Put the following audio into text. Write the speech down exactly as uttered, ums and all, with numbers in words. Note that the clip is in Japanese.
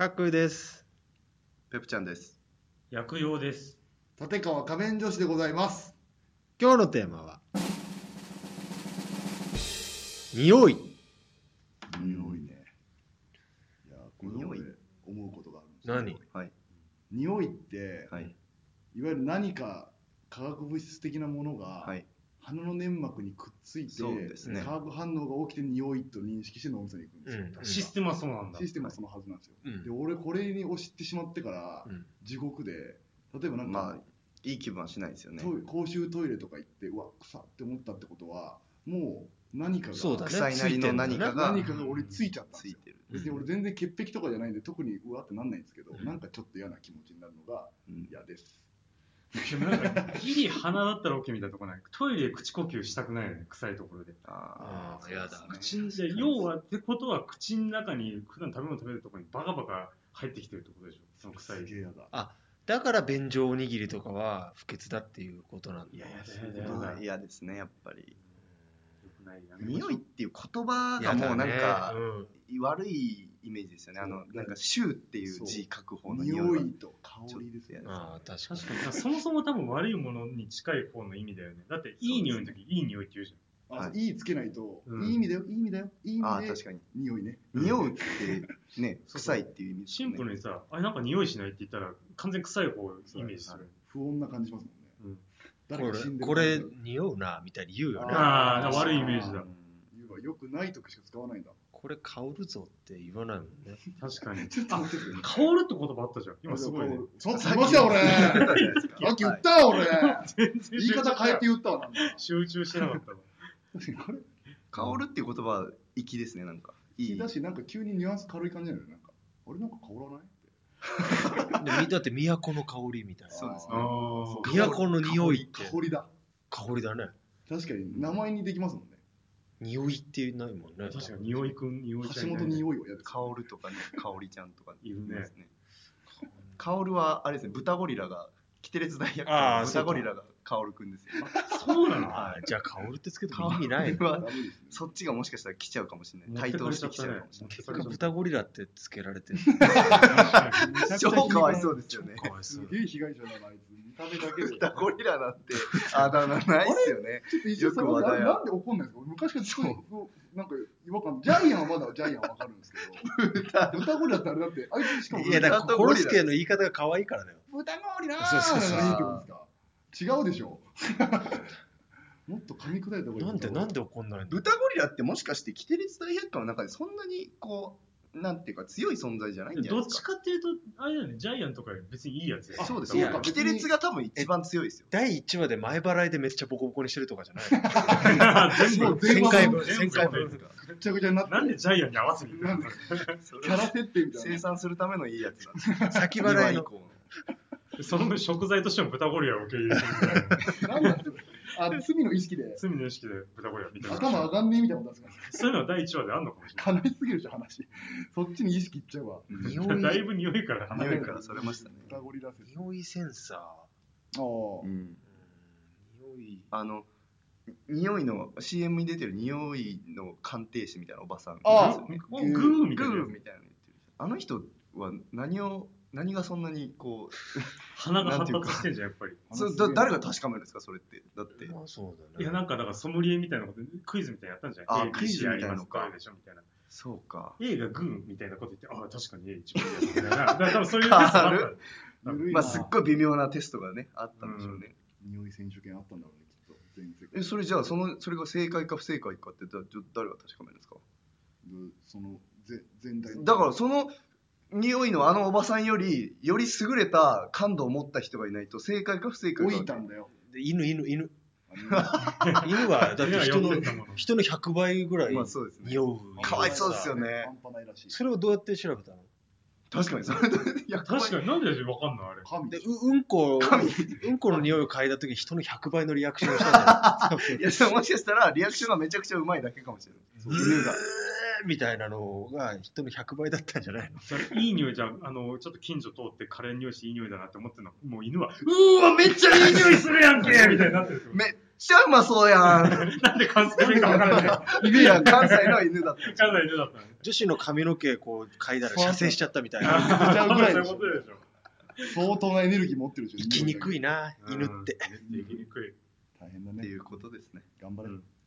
かっこいいです。 ペプちゃんです。 薬用です。 立川仮面女子でございます。 今日のテーマは匂い。 匂いね。いや、これ匂い思うことがあるんです何？ はい。 匂いって、 はい。 いわゆる何か化学物質的なものが、 はい。 鼻の粘膜にくっついて、 そうですね、 化学反応が起きて匂いと認識して脳みそに行くんですよ、 うん、 システムはそうなんだ。 システムはそのはずなんですよ、 はい、 で俺これを知ってしまってから、うん、地獄で、例えばなんか、 まあいい気分はしないですよね。 公衆トイレとか行ってうわ臭って思ったってことはもう何かがそうだね、 臭いなりの何かが何かが俺ついちゃったんですよ。 ついてる。 別に俺全然潔癖とかじゃないんで特にうわってなんないんですけど、うん、なんかちょっと嫌な気持ちになるのが嫌です、 でもなんかギリ鼻だったら OK みたいなとこない。トイレで口呼吸したくないよね、臭いところで。 ああ、嫌だ。 口にで要はってことは口の中に普段食べ物食べるところにバカバカ入ってきてるってことでしょ。その臭い。 すげえ嫌だ。 あ、だから便所おにぎりとかは不潔だっていうことなんだ。 いやいや嫌ですね、やっぱり。 ない匂いっていう言葉がもうなんか悪いイメージですよね。あのなんか臭っていう字書く方の匂いと香りですよね。 ああ、確かに。 確かにそもそも多分悪いものに近い方の意味だよね。だっていい匂いの時いい匂いって言うじゃん。あ、いいつけないと、うん、いい意味だよ、いい意味だよ、いい意味で。あ、確かに。匂いね。 匂うってね、臭いっていう意味ですね。シンプルにさ、あれなんか匂いしないって言ったら完全臭い方をイメージする。 不穏な感じしますもんね。 うん、これこれ匂うなみたいに言うよね。 ああ、悪いイメージだ。 言えばよくない時しか使わないんだ。 これ香るぞって言わないもんね。 確かに。 ちょっと待って。 香るって言葉あったじゃん。今すごいね。 ちょっと言いました俺。さっき言ったわ俺。言い方変えて言ったわ。 集中してなかったわ。 香るっていう言葉は粋ですね、なんか。 いいだし、なんか急にニュアンス軽い感じなのよ。なんか、あれなんか香らないって。だって都の香りみたいな。 そうですね。 都の匂いって。 香りだ。 香りだね。 確かに名前にできますもんね。 匂いってないもんね。 確かに匂いくん、匂いちゃん。橋本匂いはやる。 香るとかね、香りちゃんとかいるね。 香るはあれですね、豚ゴリラがキテレツ大百科の豚ゴリラがカオルくんですよ。 そうなの？ じゃあカオルってつけても意味ない。 そっちがもしかしたら来ちゃうかもしれない。対等してきちゃうかもしれない。 結果豚ゴリラってつけられてる。 超かわいそうですよね。 すげえ被害者だなあいつ。見た目だけで。 豚ゴリラなんてあだ名ないっすよね。 よく話題。なんで怒んないんですか？昔からそうなんか違和感。ジャイアンはまだジャイアンわかるんですけど。豚ゴリラってあれだってあいつしかも。 いやだからコロスケの言い方が可愛いからだよ。 豚ゴリラー。そうそうそう。いいってことですか？違うでしょ。もっと噛み砕いた方がいい。 なんでなんで怒んないの？ 豚ゴリラってもしかしてキテレツ大百科の中でそんなにこうなんていうか強い存在じゃないんじゃないですか。 どっちかっていうとあれだよね、ジャイアンとか別にいいやつや。 そうですね。キテレツが多分一番強いですよ。 だいいちわで前払いでめっちゃボコボコにしてるとかじゃない。 全部全回分全回分ぐっちゃぐちゃになって。 なんでジャイアンに合わせにキャラ設定みたいな。 生産するためのいいやつなんです。 先払いの。 その食材としても豚ゴリラを受け入れてるみたいな。 なんだそれ。あ、罪の意識で。 罪の意識で豚ゴリラ見てる。 頭上がんねえみたいなことですか。 そういうのはだいいちわであんのかもしれない。 悲しすぎるし話。そっちに意識いっちゃうわ。 だいぶ匂いから離れるからそれましたね。 豚ゴリラ説。 匂いセンサー。ああ。 うん。匂い。 あの匂いの シーエム に出てる匂いの鑑定士みたいなおばさん。 あ、グーみたいな。 グーみたいなの言ってる。あの人は何を何がそんなにこう鼻が発達してんじゃんやっぱり。 それだ誰が確かめるんですかそれって。だって。 まあそうだね。 いやなんかだからソムリエみたいなことクイズみたいなやったんじゃん。 あ、クイズみたいなのか。 でしょみたいな。 そうか。 A がグーみたいなこと言ってあ確かに A 一番いいやつみたいな。だから多分そういうテストがあった。 まあすっごい微妙なテストがねあったんでしょうね。 匂い選手権あったんだろうねきっと。全世界。えそれじゃあそのそれが正解か不正解かって誰が確かめるんですか。 その全体の。 だからその匂いのあのおばさんよりより優れた感度を持った人がいないと正解か不正解か。 置いたんだよ。 で犬犬犬。犬はだって人の人のひゃくばいぐらい匂う。 かわいそうですよね。 それをどうやって調べたの？ 確かにそれいや確かになんでわかんないあれ。 でうんこうんこの匂いを嗅いだ時人のひゃくばいのリアクションしたんじゃない？ いやもしかしたらリアクションがめちゃくちゃうまいだけかもしれない。犬が。 みたいなのが人のひゃくばいだったんじゃないの？ それいい匂いじゃん。あの、ちょっと近所通ってカレー匂いしいい匂いだなって思ってるの。もう犬は、うーわ、めっちゃいい匂いするやんけみたいになってる。 めっちゃうまそうやん。 なんで関西弁か分からない。 犬や関西の犬だった。 関西犬だった。 女子の髪の毛こう嗅いだら射精しちゃったみたいな。 しちゃうぐらいそういうことでしょ。 相当なエネルギー持ってるでしょ。 生きにくいな、犬って。 生きにくい。 大変だね。 っていうことですね。 頑張れ。 うん